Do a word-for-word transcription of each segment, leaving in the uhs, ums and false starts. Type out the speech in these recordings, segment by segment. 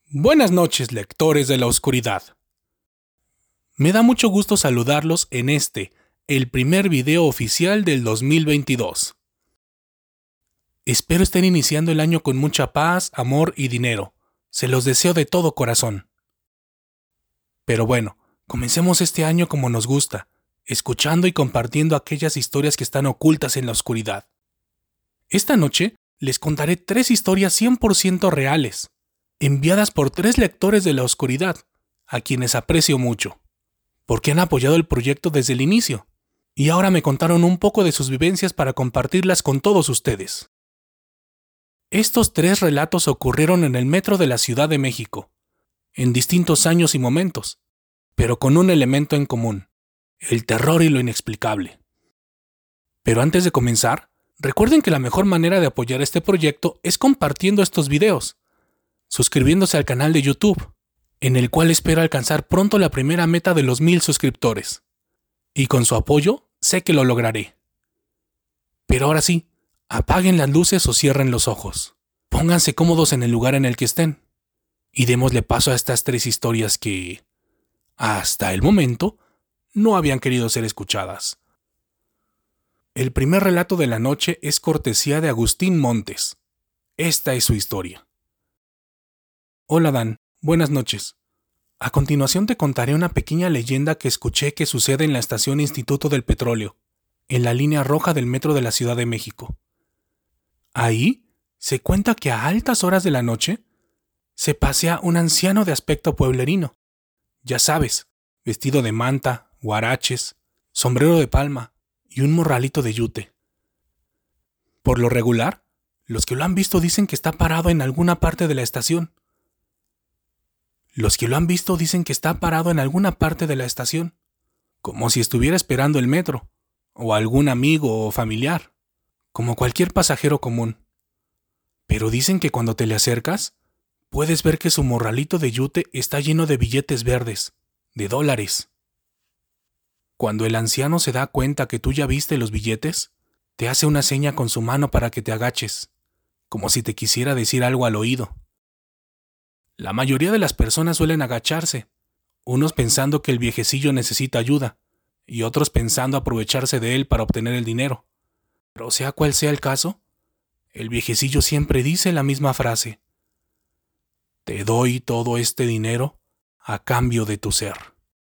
Buenas noches, lectores de la oscuridad. Me da mucho gusto saludarlos en este, el primer video oficial del dos mil veintidós. Espero estén iniciando el año con mucha paz, amor y dinero. Se los deseo de todo corazón. Pero bueno, comencemos este año como nos gusta, escuchando y compartiendo aquellas historias que están ocultas en la oscuridad. Esta noche les contaré tres historias cien por ciento reales, enviadas por tres lectores de la oscuridad, a quienes aprecio mucho, porque han apoyado el proyecto desde el inicio, y ahora me contaron un poco de sus vivencias para compartirlas con todos ustedes. Estos tres relatos ocurrieron en el metro de la Ciudad de México, en distintos años y momentos, pero con un elemento en común, el terror y lo inexplicable. Pero antes de comenzar, recuerden que la mejor manera de apoyar este proyecto es compartiendo estos videos, suscribiéndose al canal de YouTube, en el cual espero alcanzar pronto la primera meta de los mil suscriptores. Y con su apoyo, sé que lo lograré. Pero ahora sí, apaguen las luces o cierren los ojos. Pónganse cómodos en el lugar en el que estén. Y démosle paso a estas tres historias que, hasta el momento, no habían querido ser escuchadas. El primer relato de la noche es cortesía de Agustín Montes. Esta es su historia. Hola Dan, buenas noches. A continuación te contaré una pequeña leyenda que escuché que sucede en la estación Instituto del Petróleo, en la línea roja del metro de la Ciudad de México. Ahí se cuenta que a altas horas de la noche se pasea un anciano de aspecto pueblerino. Ya sabes, vestido de manta, huaraches, sombrero de palma y un morralito de yute. Por lo regular, los que lo han visto dicen que está parado en alguna parte de la estación. Los que lo han visto dicen que está parado en alguna parte de la estación, como si estuviera esperando el metro, o algún amigo o familiar, como cualquier pasajero común. Pero dicen que cuando te le acercas, puedes ver que su morralito de yute está lleno de billetes verdes, de dólares. Cuando el anciano se da cuenta que tú ya viste los billetes, te hace una seña con su mano para que te agaches, como si te quisiera decir algo al oído. La mayoría de las personas suelen agacharse, unos pensando que el viejecillo necesita ayuda, y otros pensando aprovecharse de él para obtener el dinero. Pero sea cual sea el caso, el viejecillo siempre dice la misma frase: te doy todo este dinero a cambio de tu ser.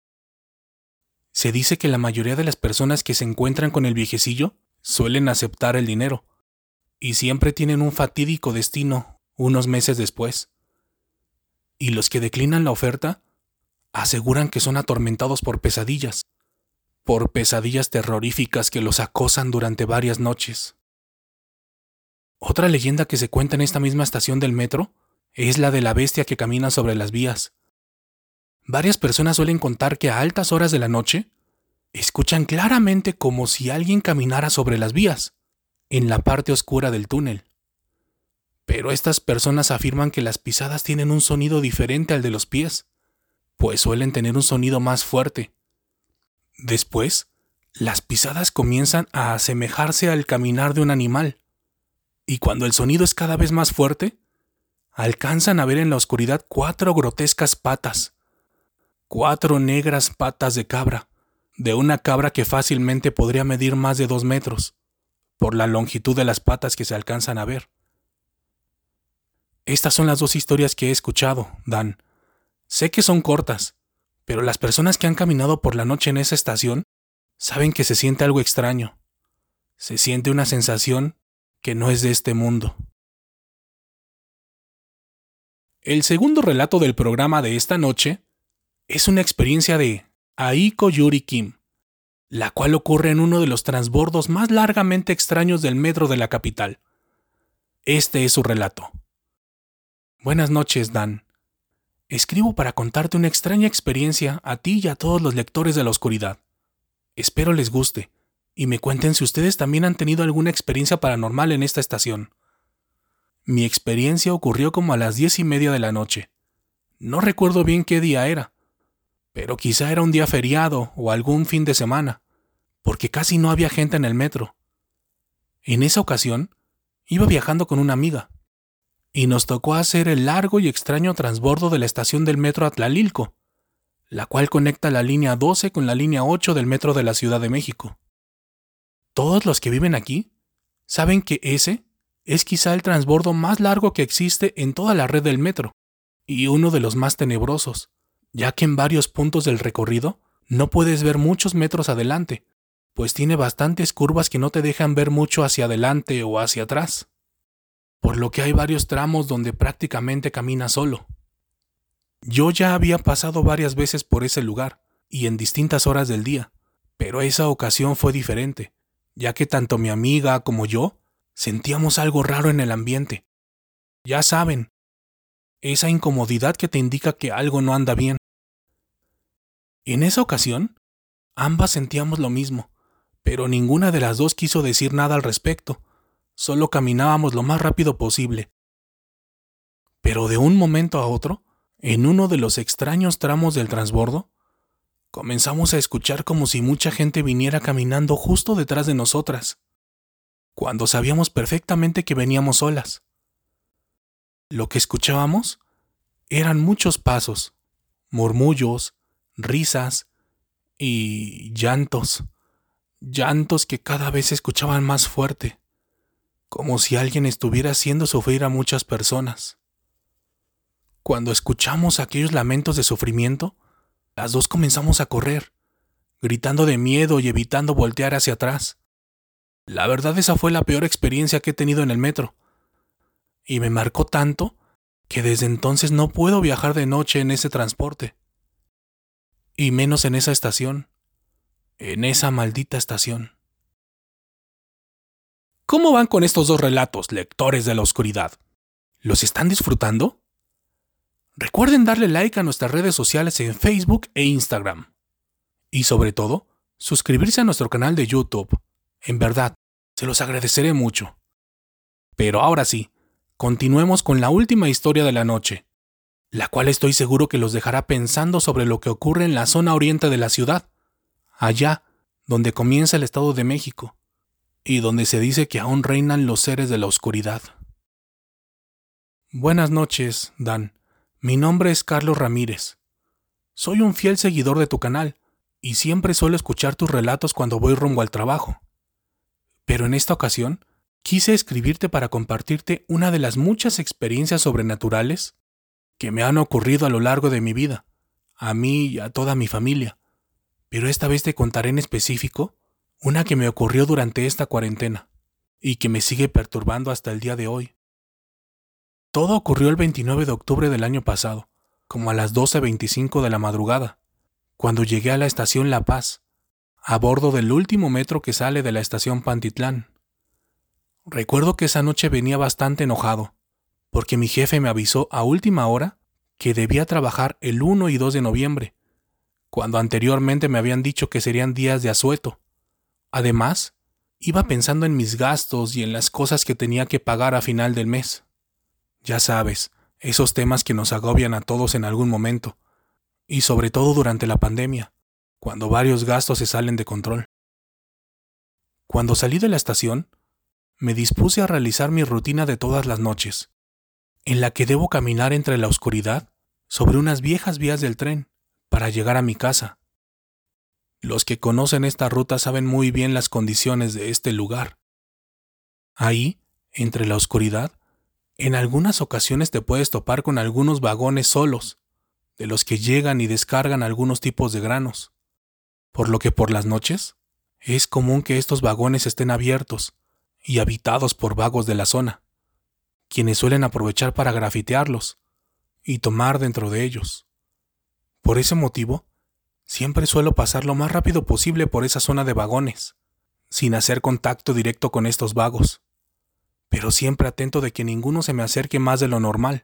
Se dice que la mayoría de las personas que se encuentran con el viejecillo suelen aceptar el dinero, y siempre tienen un fatídico destino unos meses después. Y los que declinan la oferta aseguran que son atormentados por pesadillas, por pesadillas terroríficas que los acosan durante varias noches. Otra leyenda que se cuenta en esta misma estación del metro es la de la bestia que camina sobre las vías. Varias personas suelen contar que a altas horas de la noche escuchan claramente como si alguien caminara sobre las vías, en la parte oscura del túnel. Pero estas personas afirman que las pisadas tienen un sonido diferente al de los pies, pues suelen tener un sonido más fuerte. Después, las pisadas comienzan a asemejarse al caminar de un animal, y cuando el sonido es cada vez más fuerte, alcanzan a ver en la oscuridad cuatro grotescas patas, cuatro negras patas de cabra, de una cabra que fácilmente podría medir más de dos metros, por la longitud de las patas que se alcanzan a ver. Estas son las dos historias que he escuchado, Dan. Sé que son cortas, pero las personas que han caminado por la noche en esa estación saben que se siente algo extraño. Se siente una sensación que no es de este mundo. El segundo relato del programa de esta noche es una experiencia de Aiko Yuri Kim, la cual ocurre en uno de los transbordos más largamente extraños del metro de la capital. Este es su relato. Buenas noches, Dan. Escribo para contarte una extraña experiencia a ti y a todos los lectores de la oscuridad. Espero les guste, y me cuenten si ustedes también han tenido alguna experiencia paranormal en esta estación. Mi experiencia ocurrió como a las diez y media de la noche. No recuerdo bien qué día era, pero quizá era un día feriado o algún fin de semana, porque casi no había gente en el metro. En esa ocasión, iba viajando con una amiga. y nos tocó hacer el largo y extraño transbordo de la estación del metro Atlalilco, la cual conecta la línea doce con la línea ocho del metro de la Ciudad de México. Todos los que viven aquí saben que ese es quizá el transbordo más largo que existe en toda la red del metro, y uno de los más tenebrosos, ya que en varios puntos del recorrido no puedes ver muchos metros adelante, pues tiene bastantes curvas que no te dejan ver mucho hacia adelante o hacia atrás, por lo que hay varios tramos donde prácticamente caminas solo. Yo ya había pasado varias veces por ese lugar, y en distintas horas del día, pero esa ocasión fue diferente, ya que tanto mi amiga como yo sentíamos algo raro en el ambiente. Ya saben, esa incomodidad que te indica que algo no anda bien. En esa ocasión, ambas sentíamos lo mismo, pero ninguna de las dos quiso decir nada al respecto, solo caminábamos lo más rápido posible. Pero de un momento a otro, en uno de los extraños tramos del transbordo, comenzamos a escuchar como si mucha gente viniera caminando justo detrás de nosotras, cuando sabíamos perfectamente que veníamos solas. Lo que escuchábamos eran muchos pasos, murmullos, risas y llantos, llantos que cada vez se escuchaban más fuerte, como si alguien estuviera haciendo sufrir a muchas personas. Cuando escuchamos aquellos lamentos de sufrimiento, las dos comenzamos a correr, gritando de miedo y evitando voltear hacia atrás. La verdad, esa fue la peor experiencia que he tenido en el metro, y me marcó tanto que desde entonces no puedo viajar de noche en ese transporte, y menos en esa estación, en esa maldita estación. ¿Cómo van con estos dos relatos, lectores de la oscuridad? ¿Los están disfrutando? Recuerden darle like a nuestras redes sociales en Facebook e Instagram. Y sobre todo, suscribirse a nuestro canal de YouTube. En verdad, se los agradeceré mucho. Pero ahora sí, continuemos con la última historia de la noche, la cual estoy seguro que los dejará pensando sobre lo que ocurre en la zona oriente de la ciudad, allá donde comienza el Estado de México, y donde se dice que aún reinan los seres de la oscuridad. Buenas noches, Dan. Mi nombre es Carlos Ramírez. Soy un fiel seguidor de tu canal, y siempre suelo escuchar tus relatos cuando voy rumbo al trabajo. Pero en esta ocasión, quise escribirte para compartirte una de las muchas experiencias sobrenaturales que me han ocurrido a lo largo de mi vida, a mí y a toda mi familia. Pero esta vez te contaré en específico una que me ocurrió durante esta cuarentena, y que me sigue perturbando hasta el día de hoy. Todo ocurrió el veintinueve de octubre del año pasado, como a las doce veinticinco de la madrugada, cuando llegué a la estación La Paz, a bordo del último metro que sale de la estación Pantitlán. Recuerdo que esa noche venía bastante enojado, porque mi jefe me avisó a última hora que debía trabajar el uno y dos de noviembre, cuando anteriormente me habían dicho que serían días de asueto. Además, iba pensando en mis gastos y en las cosas que tenía que pagar a final del mes. Ya sabes, esos temas que nos agobian a todos en algún momento, y sobre todo durante la pandemia, cuando varios gastos se salen de control. Cuando salí de la estación, me dispuse a realizar mi rutina de todas las noches, en la que debo caminar entre la oscuridad sobre unas viejas vías del tren para llegar a mi casa. Los que conocen esta ruta saben muy bien las condiciones de este lugar. Ahí, entre la oscuridad, en algunas ocasiones te puedes topar con algunos vagones solos, de los que llegan y descargan algunos tipos de granos, por lo que por las noches es común que estos vagones estén abiertos y habitados por vagos de la zona, quienes suelen aprovechar para grafitearlos y tomar dentro de ellos. Por ese motivo, siempre suelo pasar lo más rápido posible por esa zona de vagones, sin hacer contacto directo con estos vagos, pero siempre atento de que ninguno se me acerque más de lo normal.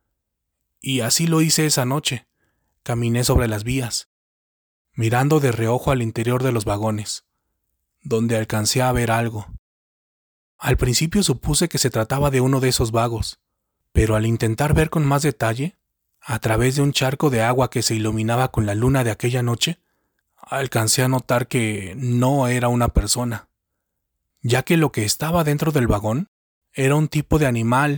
Y así lo hice esa noche. Caminé sobre las vías, mirando de reojo al interior de los vagones, donde alcancé a ver algo. Al principio supuse que se trataba de uno de esos vagos, pero al intentar ver con más detalle, a través de un charco de agua que se iluminaba con la luna de aquella noche, alcancé a notar que no era una persona, ya que lo que estaba dentro del vagón era un tipo de animal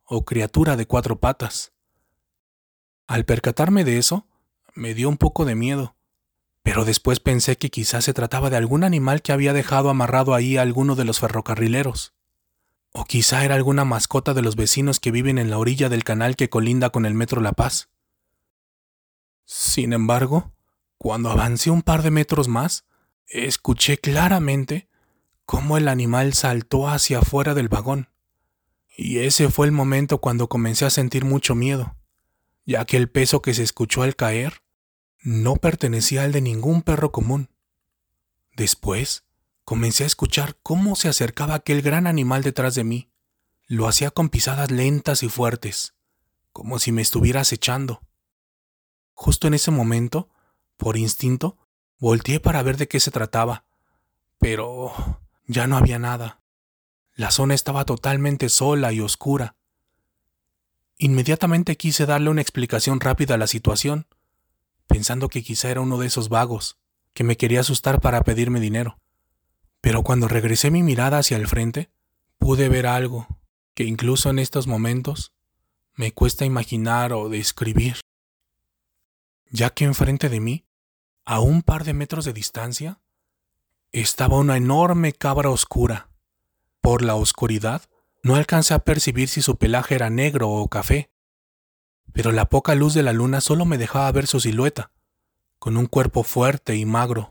o criatura de cuatro patas. Al percatarme de eso, me dio un poco de miedo, pero después pensé que quizás se trataba de algún animal que había dejado amarrado ahí a alguno de los ferrocarrileros. O quizá era alguna mascota de los vecinos que viven en la orilla del canal que colinda con el Metro La Paz. Sin embargo, cuando avancé un par de metros más, escuché claramente cómo el animal saltó hacia afuera del vagón. Y ese fue el momento cuando comencé a sentir mucho miedo, ya que el peso que se escuchó al caer no pertenecía al de ningún perro común. Después, comencé a escuchar cómo se acercaba aquel gran animal detrás de mí. Lo hacía con pisadas lentas y fuertes, como si me estuviera acechando. Justo en ese momento, por instinto, volteé para ver de qué se trataba, pero ya no había nada. La zona estaba totalmente sola y oscura. Inmediatamente quise darle una explicación rápida a la situación, pensando que quizá era uno de esos vagos, que me quería asustar para pedirme dinero. Pero cuando regresé mi mirada hacia el frente, pude ver algo que incluso en estos momentos me cuesta imaginar o describir, ya que enfrente de mí, a un par de metros de distancia, estaba una enorme cabra oscura. Por la oscuridad, no alcancé a percibir si su pelaje era negro o café, pero la poca luz de la luna solo me dejaba ver su silueta, con un cuerpo fuerte y magro.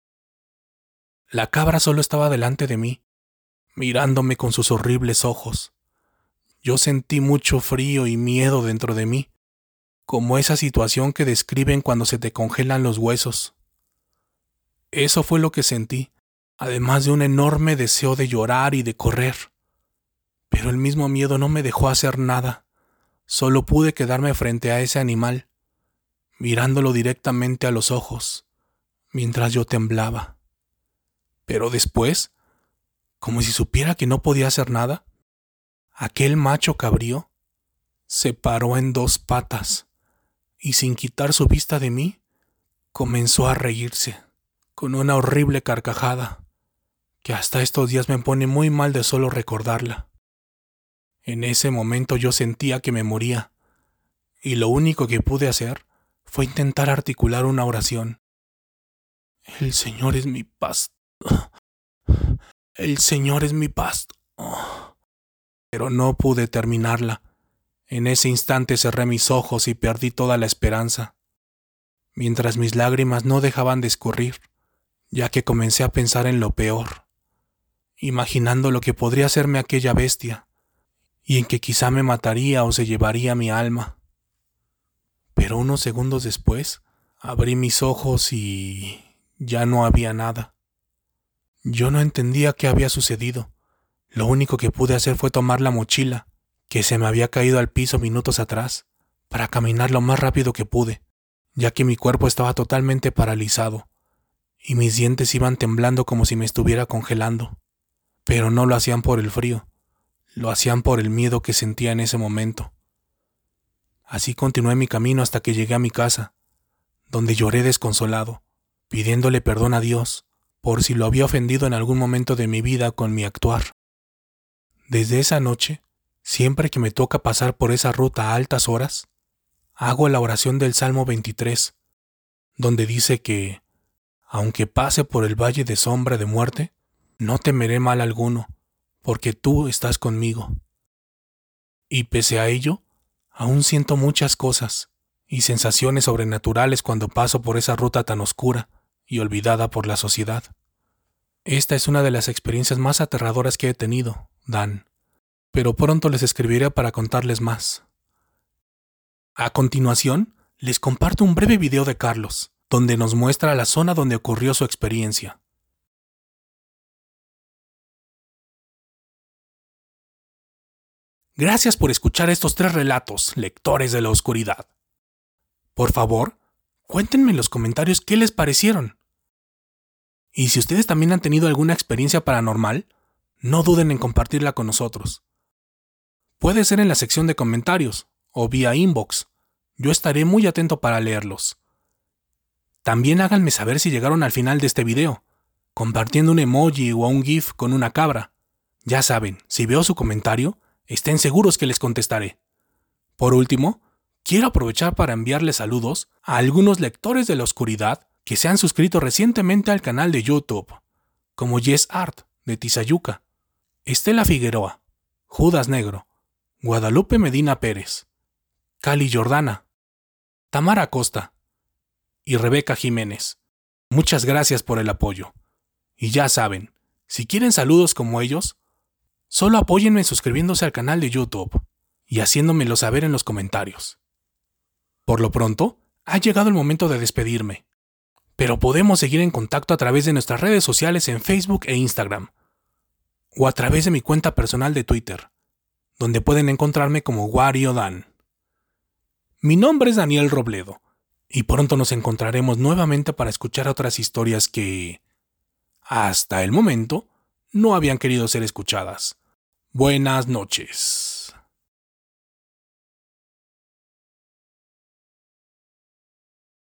La cabra solo estaba delante de mí, mirándome con sus horribles ojos. Yo sentí mucho frío y miedo dentro de mí, como esa situación que describen cuando se te congelan los huesos. Eso fue lo que sentí, además de un enorme deseo de llorar y de correr. Pero el mismo miedo no me dejó hacer nada. Solo pude quedarme frente a ese animal, mirándolo directamente a los ojos, mientras yo temblaba. Pero después, como si supiera que no podía hacer nada, aquel macho cabrío se paró en dos patas y sin quitar su vista de mí, comenzó a reírse con una horrible carcajada que hasta estos días me pone muy mal de solo recordarla. En ese momento yo sentía que me moría, y lo único que pude hacer fue intentar articular una oración. El Señor es mi paz. El Señor es mi paz. Pero no pude terminarla. En ese instante cerré mis ojos y perdí toda la esperanza, mientras mis lágrimas no dejaban de escurrir, ya que comencé a pensar en lo peor, imaginando lo que podría hacerme aquella bestia, y en que quizá me mataría o se llevaría mi alma. Pero unos segundos después, abrí mis ojos y ya no había nada. Yo no entendía qué había sucedido. Lo único que pude hacer fue tomar la mochila, que se me había caído al piso minutos atrás, para caminar lo más rápido que pude, ya que mi cuerpo estaba totalmente paralizado, y mis dientes iban temblando como si me estuviera congelando. Pero no lo hacían por el frío, lo hacían por el miedo que sentía en ese momento. Así continué mi camino hasta que llegué a mi casa, donde lloré desconsolado, pidiéndole perdón a Dios por si lo había ofendido en algún momento de mi vida con mi actuar. Desde esa noche, siempre que me toca pasar por esa ruta a altas horas, hago la oración del Salmo veintitrés, donde dice que, aunque pase por el valle de sombra de muerte, no temeré mal alguno, porque tú estás conmigo. Y pese a ello, aún siento muchas cosas y sensaciones sobrenaturales cuando paso por esa ruta tan oscura y olvidada por la sociedad. Esta es una de las experiencias más aterradoras que he tenido, Dan, pero pronto les escribiré para contarles más. A continuación, les comparto un breve video de Carlos, donde nos muestra la zona donde ocurrió su experiencia. Gracias por escuchar estos tres relatos, lectores de la oscuridad. Por favor, cuéntenme en los comentarios qué les parecieron. Y si ustedes también han tenido alguna experiencia paranormal, no duden en compartirla con nosotros. Puede ser en la sección de comentarios o vía inbox. Yo estaré muy atento para leerlos. También háganme saber si llegaron al final de este video, compartiendo un emoji o un GIF con una cabra. Ya saben, si veo su comentario, Estén seguros que les contestaré. Por último, quiero aprovechar para enviarles saludos a algunos lectores de la oscuridad que se han suscrito recientemente al canal de YouTube, como Yes Art, de Tizayuca, Estela Figueroa, Judas Negro, Guadalupe Medina Pérez, Cali Jordana, Tamara Costa y Rebeca Jiménez. Muchas gracias por el apoyo. Y ya saben, si quieren saludos como ellos, solo apóyenme suscribiéndose al canal de YouTube y haciéndomelo saber en los comentarios. Por lo pronto, ha llegado el momento de despedirme, pero podemos seguir en contacto a través de nuestras redes sociales en Facebook e Instagram, o a través de mi cuenta personal de Twitter, donde pueden encontrarme como WarioDan. Mi nombre es Daniel Robledo, y pronto nos encontraremos nuevamente para escuchar otras historias que, hasta el momento, no habían querido ser escuchadas. Buenas noches.